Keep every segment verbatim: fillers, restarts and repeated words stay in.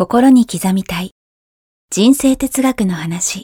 心に刻みたい人生哲学の話。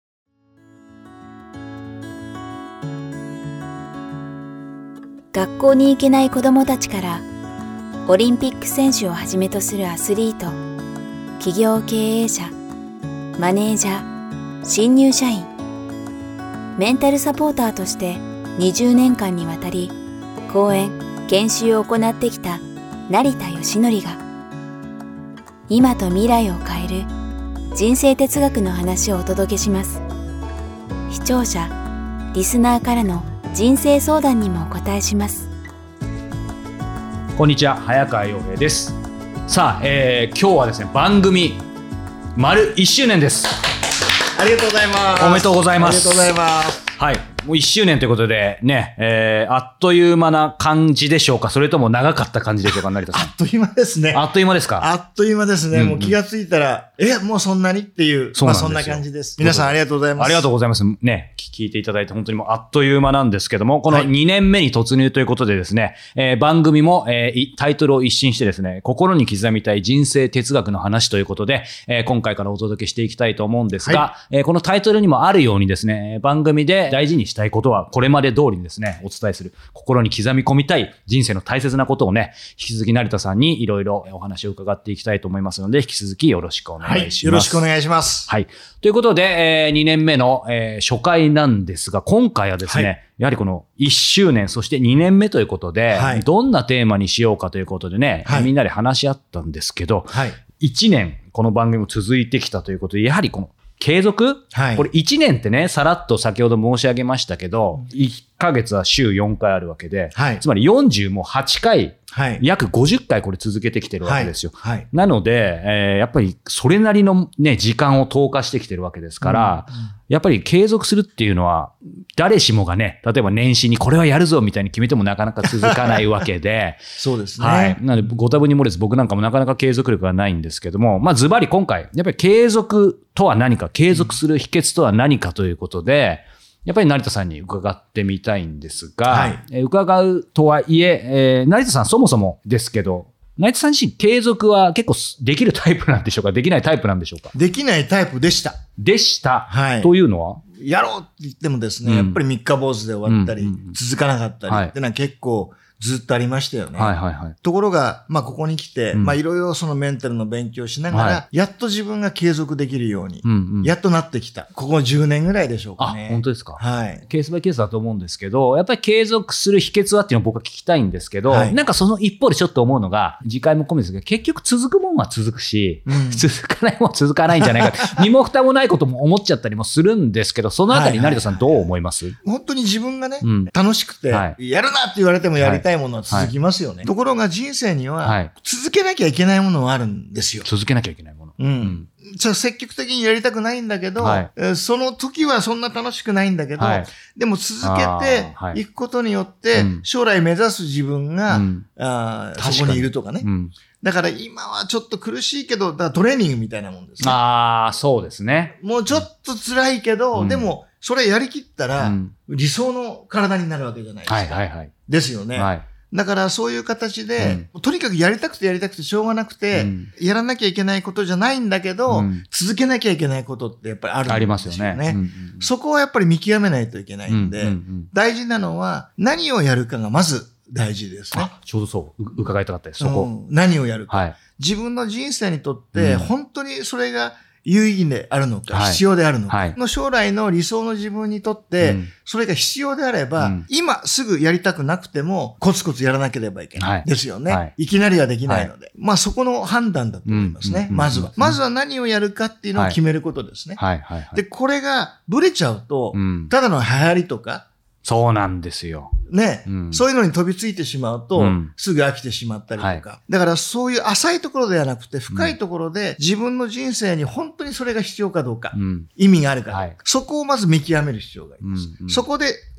学校に行けない子どもたちからオリンピック選手をはじめとするアスリート、企業経営者、マネージャー、新入社員、メンタルサポーターとしてにじゅうねんかんにわたり講演・研修を行ってきた成田義則が今と未来を変える人生哲学の話をお届けします。視聴者、リスナーからの人生相談にもお答えします。 こんにちは、早川洋平です。さあ、えー、今日はですね、番組丸いっしゅうねんです。 ありがとうございます。 おめでとうございます。 ありがとうございます。 はい、もういっしゅうねんということでね、えー、あっという間な感じでしょうか、それとも長かった感じでしょうか、成田さん。 あっという間ですね。 あっという間ですか。 あっという間ですね。 うんうん、 もう気がついたら、え、もうそんなにっていう、 そうなんですよ。 まあそんな感じです。皆さんありがとうございます。 ありがとうございます。ね、聞いていただいて本当にもうあっという間なんですけども、このにねんめに突入ということでですね、はい、えー、番組も、えー、タイトルを一新してですね、心に刻みたい人生哲学の話ということで、えー、今回からお届けしていきたいと思うんですが、はい、えー、このタイトルにもあるようにですね、番組で大事にしたいことはこれまで通りにですね、お伝えする、心に刻み込みたい人生の大切なことをね、引き続き成田さんにいろいろお話を伺っていきたいと思いますので、引き続きよろしくお願いします。はい、 よろしくお願いします。 はい。ということで、えー、にねんめの、えー、初回なんですが、今回はですね、はい、やはりこのいっしゅうねん、そしてにねんめということで、はい、どんなテーマにしようかということでね、はい、みんなで話し合ったんですけど、はい、いちねんこの番組も続いてきたということで、やはりこの継続、はい、これいちねんってね、さらっと先ほど申し上げましたけど、いっかげつは週よんかいあるわけで、はい、つまりよんじゅうはちかい、はい、約ごじゅっかいこれ続けてきてるわけですよ。はいはい、なので、えー、やっぱりそれなりのね、時間を投下してきてるわけですから、うんうん、やっぱり継続するっていうのは、誰しもがね、例えば年始にこれはやるぞみたいに決めてもなかなか続かないわけで、 そうですね。 はい。なので、ご多分に漏れず僕なんかもなかなか継続力がないんですけども、まあズバリ今回、やっぱり継続とは何か、継続する秘訣とは何かということで、やっぱり成田さんに伺ってみたいんですが、はい、え伺うとはいええー、成田さんそもそもですけど、成田さん自身継続は結構できるタイプなんでしょうか、できないタイプなんでしょうか。 できないタイプでした。 でした。 はい。 というのはやろうって言ってもですね、うん、やっぱり三日坊主で終わったり、うんうんうん、続かなかったりってのは結構ずっとありましたよね。はいはいはい。ところが、まあここに来て、うん、まあいろいろそのメンタルの勉強をしながら、はい、やっと自分が継続できるように、うんうん、やっとなってきた。ここじゅうねんぐらいでしょうかね。 あ、本当ですか。 はい。 ケースバイケースだと思うんですけど、やっぱり継続する秘訣はっていうのを僕は聞きたいんですけど、はい、なんかその一方でちょっと思うのが、次回も込みですけど、結局続くもんは続くし、うん、続かないもんは続かないんじゃないか。身も蓋もないことも思っちゃったりもするんですけど、そのあたり成田さんどう思います？はいはいはい、本当に自分がね、うん、楽しくて、はい、やるなって言われてもやりたいものは続きます。ますよね。ところが人生には続けなきゃいけないものはあるんですよ。 続けなきゃいけないもの。 うん。うん、ちょ積極的にやりたくないんだけど、はい、その時はそんな楽しくないんだけど、はい、でも続けていくことによって、はい、将来目指す自分が、うん、あそこにいるとかね。うん、だから今はちょっと苦しいけど、だからトレーニングみたいなもんですね。 ああ、そうですね。 もうちょっと辛いけど、うん、でもそれやりきったら、うん、理想の体になるわけじゃないですか。はいはいはい。ですよね。はい。だからそういう形で、うん、とにかくやりたくてやりたくてしょうがなくて、うん、やらなきゃいけないことじゃないんだけど、うん、続けなきゃいけないことってやっぱりあるんですよね。ありますよね。うんうんうん、そこはやっぱり見極めないといけないんで、うんうんうん、大事なのは何をやるかがまず大事ですね。 あ、ちょうどそう、伺いたかったです、そこ。 うん、何をやるか、はい。自分の人生にとって、本当にそれが有意義であるのか、はい、必要であるのか、はい、の将来の理想の自分にとって、うん、それが必要であれば、うん、今すぐやりたくなくても、コツコツやらなければいけない。はい、ですよね、はい。いきなりはできないので。はい、まあそこの判断だと思いますね。うん、まずは、うん。まずは何をやるかっていうのを決めることですね。はいはいはいはい、で、これがブレちゃうと、うん、ただの流行りとか、 そうなんですよ。 ね、うん。そういうのに飛びついてしまうと、うん、すぐ飽きてしまったりとか、はい。だからそういう浅いところではなくて、深いところで自分の人生に本当にそれが必要かどうか、うん、意味があるか、はい、そこをまず見極める必要があります。うんうん、そこで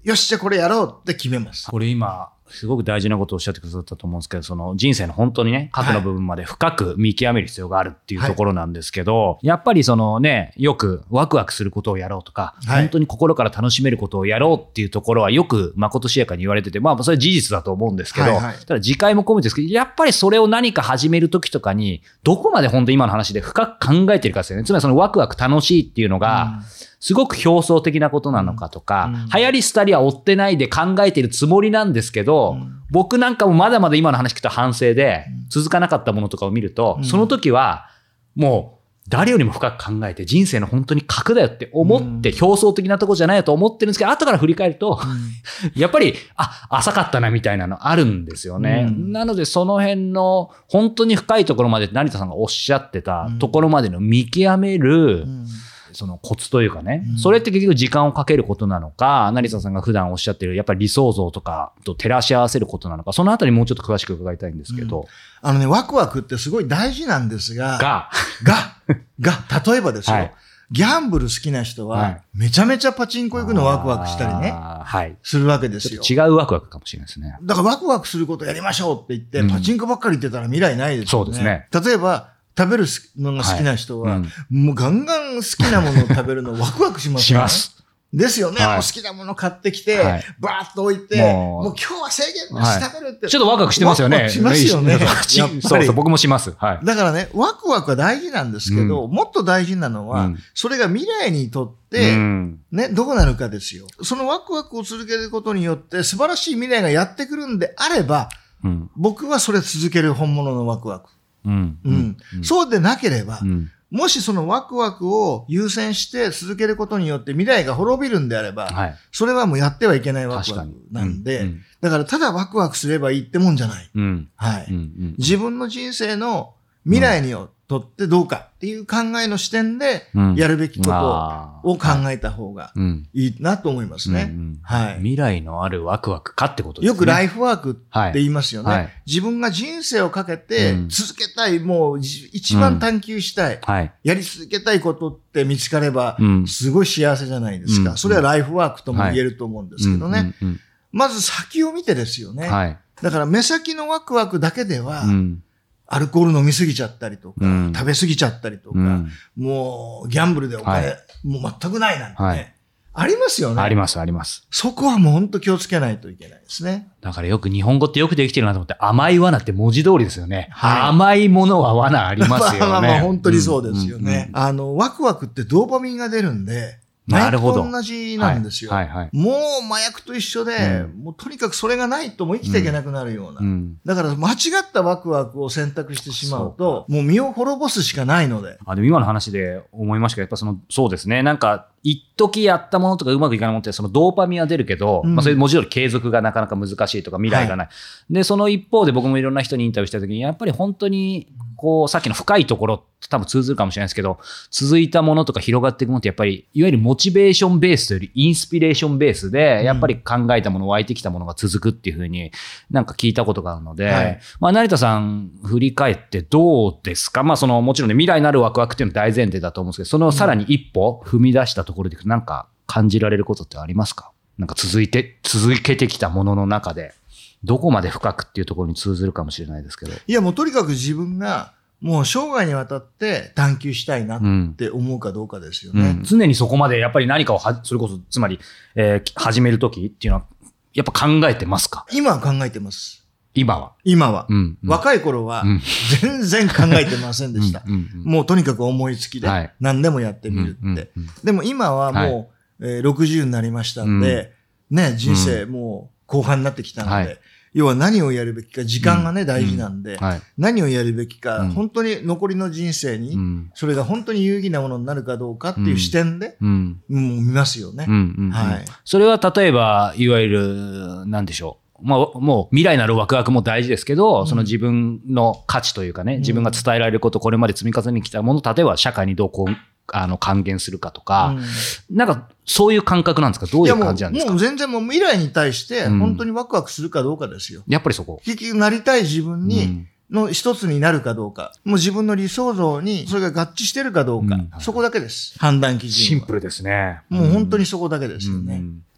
よし、じゃあこれやろうって決めます。 これ今、すごく大事なことをおっしゃってくださったと思うんですけど、その人生の本当にね、核の部分まで深く見極める必要があるっていうところなんですけど、はい、やっぱりそのね、よくワクワクすることをやろうとか、はい、本当に心から楽しめることをやろうっていうところはよくまことしやかに言われてて、まあそれは事実だと思うんですけど、はいはい、ただ自戒も込めてですけど、やっぱりそれを何か始めるときとかに、どこまで本当に今の話で深く考えてるかですよね。つまりそのワクワク楽しいっていうのが、うん、すごく表層的なことなのかとか、うん、流行り廃りは追ってないで考えているつもりなんですけど、うん、僕なんかもまだまだ今の話聞くと反省で、続かなかったものとかを見ると、うん、その時はもう誰よりも深く考えて人生の本当に核だよって思って、表層的なところじゃないと思ってるんですけど、後から振り返ると、うん、やっぱり、あ、浅かったなみたいなのあるんですよね。うん、なのでその辺の本当に深いところまで成田さんがおっしゃってたところまでの見極める、うんそのコツというかね、うん、それって結局時間をかけることなのか、成田さんが普段おっしゃってるやっぱり理想像とかと照らし合わせることなのか、そのあたりもうちょっと詳しく伺いたいんですけど。うん、 あのね、ワクワクってすごい大事なんですが、 が、 が、が、例えばですよ、はい、ギャンブル好きな人は、めちゃめちゃパチンコ行くのワクワクしたりね、はい、するわけですよ。 違うワクワクかもしれないですね。 だからワクワクすることやりましょうって言って、うん、パチンコばっかり言ってたら未来ないですよね。 そうですね。 例えば、食べるのが好きな人は、はいうん、もうガンガン好きなものを食べるのワクワクしますね。 します。 ですよね。はい、お好きなもの買ってきて、はい、バーッと置いて、もうもう今日は制限なし食べるって、はい。 ちょっとワクワクしてますよね。 しますよね。 そうそう、僕もします。はい。 だからね、ワクワクは大事なんですけど、うん、もっと大事なのは、うん、それが未来にとって、うん、ね、どうなるかですよ。そのワクワクを続けることによって、素晴らしい未来がやってくるんであれば、うん、僕はそれ続ける本物のワクワク。うんうんうん、そうでなければ、うん、もしそのワクワクを優先して続けることによって未来が滅びるんであれば、はい、それはもうやってはいけないワクワクなんで、うんうん、だからただワクワクすればいいってもんじゃない。うんはいうんうん、自分の人生の未来にとってどうかっていう考えの視点でやるべきことを考えた方がいいなと思いますね。 はい、未来のあるワクワクかってことですね。 よくライフワークって言いますよね。はい、自分が人生をかけて続けたい、うん、もう一番探求したい、うんはい、やり続けたいことって見つかればすごい幸せじゃないですか。うん、それはライフワークとも言えると思うんですけどね。はいうんうんうん、まず先を見てですよね。はい、だから目先のワクワクだけでは、うんアルコール飲みすぎちゃったりとか、うん、食べすぎちゃったりとか、うん、もうギャンブルでお金、はい、もう全くないなんてね、はい、ありますよね。 あります、あります。 そこはもう本当気をつけないといけないですね。 だからよく日本語ってよくできてるなと思って、甘い罠って文字通りですよね。はい、甘いものは罠ありますよね。まあまあまあ本当にそうですよね。うんうんうん、あの、ワクワクってドーパミンが出るんで、 なるほど。 同じなんですよ、はいはいはい。もう麻薬と一緒で、うん、もうとにかくそれがないともう生きていけなくなるような、うん。だから間違ったワクワクを選択してしまうと、うもう身を滅ぼすしかないので。 あ、でも今の話で思いましたけど、やっぱその、そうですね。なんか、一時やったものとかうまくいかないものってそのドーパミンは出るけど、うん、まあそれ文字通り継続がなかなか難しいとか未来がない、はい、でその一方で僕もいろんな人にインタビューした時にやっぱり本当にこうさっきの深いところ多分通ずるかもしれないですけど続いたものとか広がっていくものってやっぱりいわゆるモチベーションベースというよりインスピレーションベースでやっぱり考えたもの湧いてきたものが続くっていうふうになんか聞いたことがあるので、はい、まあ成田さん振り返ってどうですか。まあそのもちろんね未来のあるワクワクっていうのは大前提だと思うんですけどそのさらに一歩踏み出したところでなんか感じられることってありますか。なんか続いて続けてきたものの中でどこまで深くっていうところに通ずるかもしれないですけど。 いやもうとにかく自分がもう生涯にわたって探求したいなって思うかどうかですよね。うんうん、 常にそこまでやっぱり何かをはそれこそつまり、えー、始めるときっていうのはやっぱ考えてますか。 今は考えてます。 今は今は、うんうん、若い頃は全然考えてませんでした。うんうんうん、もうとにかく思いつきで何でもやってみるって。はいうんうんうん、でも今はもう、はいえー、ろくじゅうになりましたんで、うん、ね、人生もう後半になってきたので、はい、要は何をやるべきか、時間がね、うん、大事なんで、うんはい、何をやるべきか、うん、本当に残りの人生に、うん、それが本当に有意義なものになるかどうかっていう視点で、うん、もう見ますよね、うんうんうん。はい。 それは例えば、いわゆる、なんでしょう。まあ、もう未来なるワクワクも大事ですけど、うん、その自分の価値というかね、自分が伝えられること、これまで積み重ねてきたもの、例えば社会にどうこう、あの還元するかとか、うん、なんかそういう感覚なんですか。どういう感じなんですか。 いやもう、もう全然もう未来に対して本当にワクワクするかどうかですよ。 うん、やっぱりそこ。 結局なりたい自分に、の一つになるかどうか、もう自分の理想像にそれが合致してるかどうか、うん、そこだけです。判断基準。 シンプルですね。 もう本当にそこだけですよね。うんうん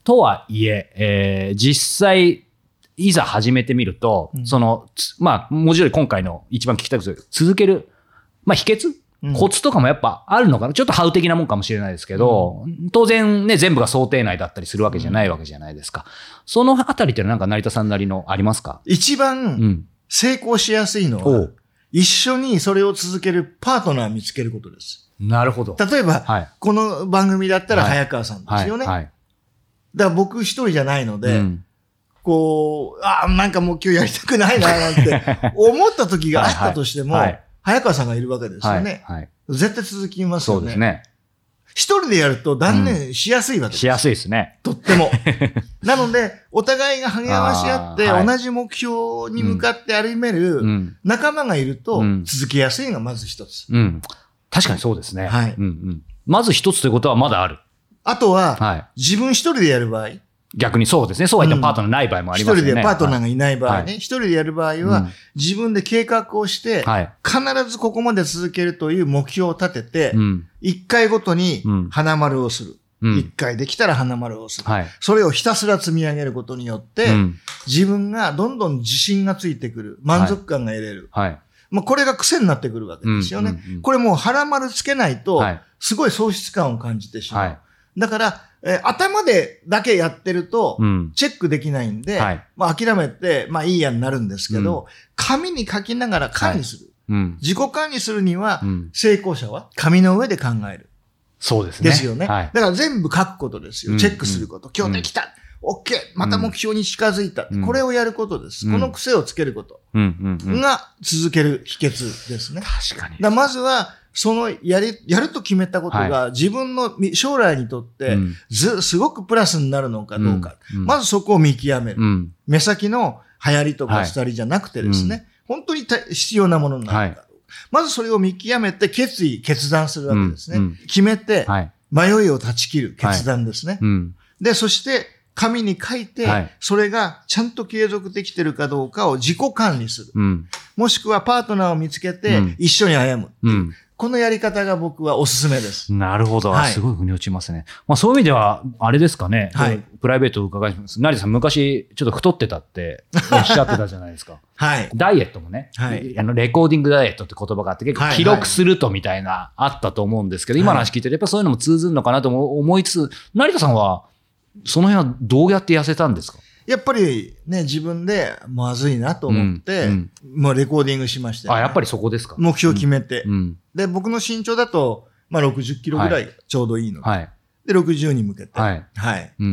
とはいえ、えー、実際、いざ始めてみると、うん、その、まあ、文字通り今回の一番聞きたいことです続ける、まあ、秘訣、うん、コツとかもやっぱあるのかな、ちょっとハウ的なもんかもしれないですけど、うん、当然ね、全部が想定内だったりするわけじゃないわけじゃないですか。うん、そのあたりってなんか成田さんなりのありますか？ 一番成功しやすいのは、うん、一緒にそれを続けるパートナーを見つけることです。 なるほど。 例えば、はい、この番組だったら早川さんですよね。はいはいはい、だから僕一人じゃないので、うんこう、ああ、なんかもう今日やりたくないな、なんて思った時があったとしても、はいはい、早川さんがいるわけですよね。はいはい、絶対続きますよね。そうですね。一人でやると断念しやすいわけです。 うん、しやすいですね。 とっても。なので、お互いが励まし合って、同じ目標に向かって歩める仲間がいると、続けやすいがまず一つ、 うんうん。確かにそうですね。はいうんうん、まず一つということはまだある。 あとは、はい、自分一人でやる場合、 逆にそうですね。そうは言ってもパートナーない場合もありますよね。 一、うん、人でパートナーがいない場合ね。一、はい、人でやる場合は、うん、自分で計画をして、はい、必ずここまで続けるという目標を立てて、一、うん、回ごとに花丸をする。一、うん、回できたら花丸をする、はい。それをひたすら積み上げることによって、うん、自分がどんどん自信がついてくる。満足感が得れる。はいはいまあ、これが癖になってくるわけですよね。うんうんうん、これもう腹丸つけないと、すごい喪失感を感じてしまう。はい、だから、えー、頭でだけやってると、チェックできないんで、うんはい、まあ諦めて、まあいいやになるんですけど、うん、紙に書きながら管理する。はいうん、自己管理するには、うん、成功者は紙の上で考える。 そうですね。 ですよね。はい、だから全部書くことですよ。チェックすること。うん、今日できた。うん、OK。また目標に近づいた。うん、これをやることです。うん、この癖をつけることが続ける秘訣ですね。 確かに。 だまずは、そのやり、やると決めたことが自分の将来にとってず、すごくプラスになるのかどうか。うんうん、まずそこを見極める。うん、目先の流行りとか廃りじゃなくてですね、はいうん、本当に必要なものになるかどうか。はい、まずそれを見極めて決意、決断するわけですね。うんうん、決めて、迷いを断ち切る決断ですね。はいうん、で、そして紙に書いて、はい、それがちゃんと継続できてるかどうかを自己管理する。うん、もしくはパートナーを見つけて一緒に歩む。うんこのやり方が僕はおすすめです。 なるほど。はい、すごい腑に落ちますね。まあそういう意味では、あれですかね。はい、プライベートを伺います。成田さん昔ちょっと太ってたっておっしゃってたじゃないですか。はい。ダイエットもね、はい、あのレコーディングダイエットって言葉があって結構記録するとみたいなあったと思うんですけど、はいはい、今の話聞いてるやっぱそういうのも通ずるのかなと思いつつ、成田さんはその辺はどうやって痩せたんですか？ やっぱりね、自分でまずいなと思って、うんうん、もうレコーディングしましたよ、ね。 あ、やっぱりそこですか？ 目標決めて。うん、で、僕の身長だと、まあろくじゅっキロぐらいちょうどいいので、はい、で、ろくじゅうに向けて。はい。はい。うんうんうん。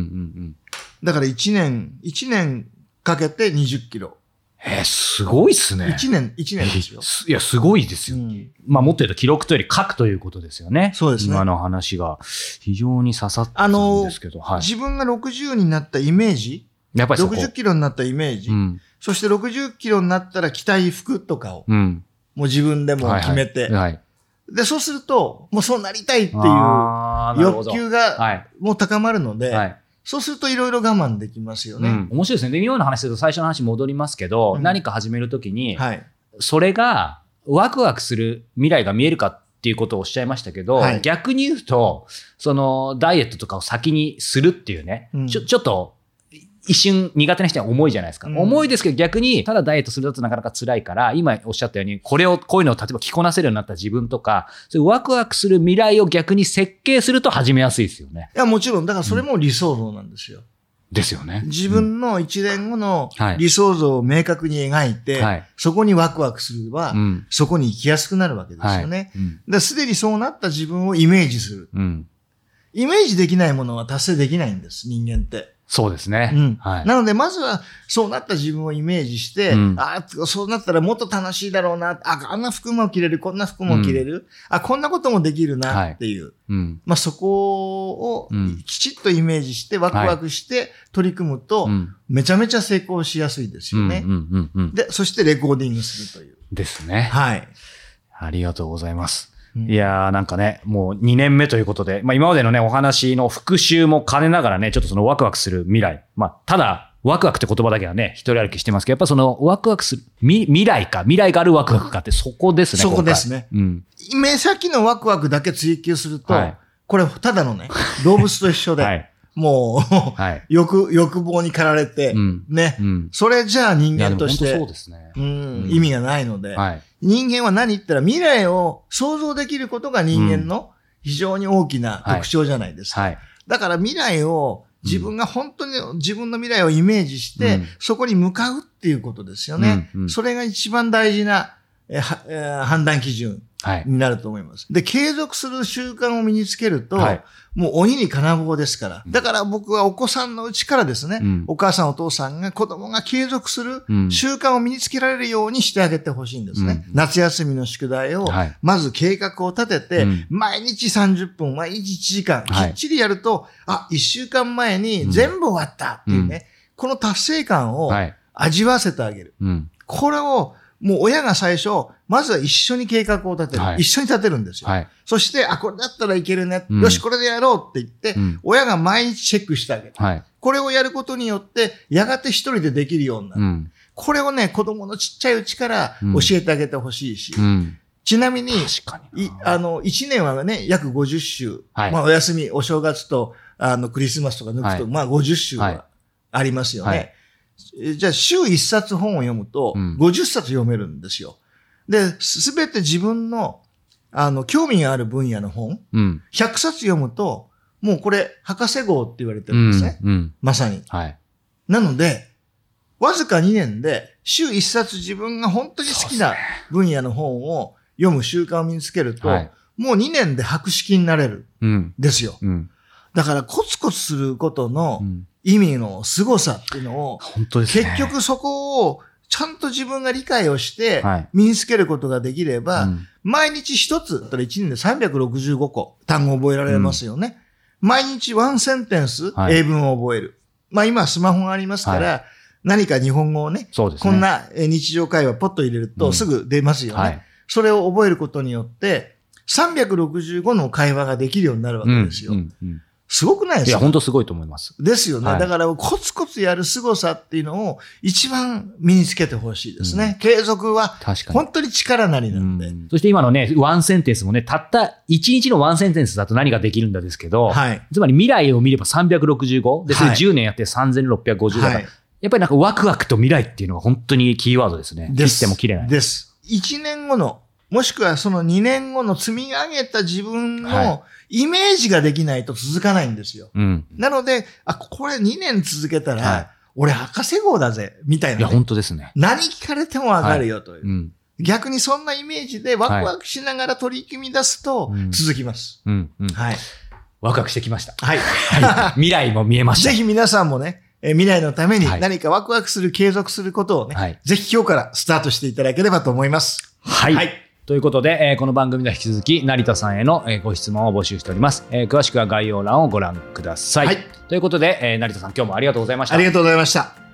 だからいちねん、いちねんかけてにじゅっキロ。 えー、すごいっすね。 いちねん、いちねんですよ。 いや、すごいですよ。うん、まあ、もっと言うと記録というより書くということですよね。 そうですね。 今の話が非常に刺さったんですけど、 あのーはい、自分がろくじゅうになったイメージ、やっぱりろくじゅっキロになったイメージ、うん、そしてろくじゅっキロになったら着たい服とかを、うん、もう自分でも決めて、はいはいはい、で、そうすると、もうそうなりたいっていう欲求がもう高まるので、はい、そうするといろいろ我慢できますよね。うん、 面白いですね。で、今の話すると最初の話戻りますけど、うん、何か始めるときに、はい、それがワクワクする未来が見えるかっていうことをおっしゃいましたけど、はい、逆に言うと、そのダイエットとかを先にするっていうね、うん、ちょ、ちょっと、一瞬苦手な人は重いじゃないですか、うん。重いですけど逆にただダイエットするとなかなか辛いから、今おっしゃったようにこれを、こういうのを例えば着こなせるようになった自分とか、そういうワクワクする未来を逆に設計すると始めやすいですよね。 いや、もちろん。だからそれも理想像なんですよ。うん、 ですよね。 自分の一年後の理想像を明確に描いて、はい、そこにワクワクすれば、うん、そこに行きやすくなるわけですよね。はいうん、ですでにそうなった自分をイメージする、うん。イメージできないものは達成できないんです、人間って。 そうですね。 うんはい、なので、まずは、そうなった自分をイメージして、うん、ああ、そうなったらもっと楽しいだろうな、あ、あんな服も着れる、こんな服も着れる、うん、あ、こんなこともできるなっていう。はいうん、まあ、そこをきちっとイメージして、ワクワクして取り組むと、めちゃめちゃ成功しやすいですよね。うんうんうんうん、で、そしてレコーディングするという。 ですね。 はい。 ありがとうございます。いやーなんかね、もうにねんめということで、まあ今までのね、お話の復習も兼ねながらね、ちょっとそのワクワクする未来。まあただ、ワクワクって言葉だけはね、一人歩きしてますけど、やっぱそのワクワクする、み未来か、未来があるワクワクかってそこですね。 そこですね。うん。目先のワクワクだけ追求すると、はい、これただのね、動物と一緒で、はい、 もう、はい、欲、欲望に駆られて、うん、ね、うん。それじゃあ人間として、 そうですね、 うん、意味がないので、はい、人間は何言ったら未来を想像できることが人間の非常に大きな特徴じゃないですか。はいはい、だから未来を、自分が本当に自分の未来をイメージして、うん、そこに向かうっていうことですよね。うんうん、それが一番大事な、えー、判断基準になると思います。はい、で、継続する習慣を身につけると、はい、もう鬼に金棒ですから。だから僕はお子さんのうちからですね、うん、お母さんお父さんが子供が継続する習慣を身につけられるようにしてあげてほしいんですね。うん、夏休みの宿題を、まず計画を立てて、はい、毎日さんじゅっぷん、毎日いちじかん、きっちりやると、はい、あ、いっしゅうかんまえに全部終わったっていうね、うん、この達成感を味わわせてあげる。はい、これを、もう親が最初、まずは一緒に計画を立てる。はい、一緒に立てるんですよ。はい、そして、あ、これだったらいけるね。うん、よし、これでやろうって言って、うん、親が毎日チェックしてあげる。はい、これをやることによって、やがて一人でできるようになる。うん、これをね、子供のちっちゃいうちから教えてあげてほしいし、うん、ちなみに、確かにいあの、一年はね、約ごじゅっ週。はい、まあ、お休み、お正月と、あの、クリスマスとか抜くと、はい、まあ、ごじゅっ週はありますよね。はい、じゃあ、週一冊本を読むと、ごじゅっさつ読めるんですよ。で、すべて自分の、あの、興味がある分野の本、うん、ひゃくさつ読むと、もうこれ、博士号って言われてるんですね。うんうん、まさに。はい。なので、わずかにねんで、週一冊自分が本当に好きな分野の本を読む習慣を身につけると、はい、もうにねんで博識になれるんですよ。うんうん、だから、コツコツすることの意味の凄さっていうのを、 本当ですね、 結局そこを、ちゃんと自分が理解をして身につけることができれば、はいうん、毎日一つだったらいちねんでさんびゃくろくじゅうごこ単語を覚えられますよね。うん、毎日ワンセンテンス英文を覚える。まあ今スマホがありますから、はい、何か日本語をね、そうですね、こんな日常会話ポッと入れるとすぐ出ますよね。うんはい、それを覚えることによってさんびゃくろくじゅうごの会話ができるようになるわけですよ。うんうんうん、すごくないですか？ いや、本当すごいと思います。 ですよね。はい、だから、コツコツやる凄さっていうのを一番身につけてほしいですね。うん、継続は、本当に力なりなんで、うん。 そして今のね、ワンセンテンスもね、たったいちにちのワンセンテンスだと何ができるんだですけど、はい、つまり未来を見ればさんびゃくろくじゅうご、で、それじゅうねんやってさんぜんろっぴゃくごじゅうだから、はい、やっぱりなんかワクワクと未来っていうのが本当にキーワードですね。 です。 切っても切れない。 です。いちねんごの、もしくはそのにねんごの積み上げた自分のイメージができないと続かないんですよ。うん、なので、あ、これにねん続けたら、はい、俺博士号だぜ、みたいな、ね。 いや、本当ですね。 何聞かれてもわかるよという、はいうん。逆にそんなイメージでワクワクしながら取り組み出すと続きます。はいうんうんうん、 はい。ワクワクしてきました。はい。はい、未来も見えました。 ぜひ皆さんもね、え未来のために何かワクワクする、継続することをね、はい、ぜひ今日からスタートしていただければと思います。 はい。はいということで、えー、この番組では引き続き成田さんへの、えー、ご質問を募集しております、えー。詳しくは概要欄をご覧ください。はい、ということで、えー、成田さん今日もありがとうございました。 ありがとうございました。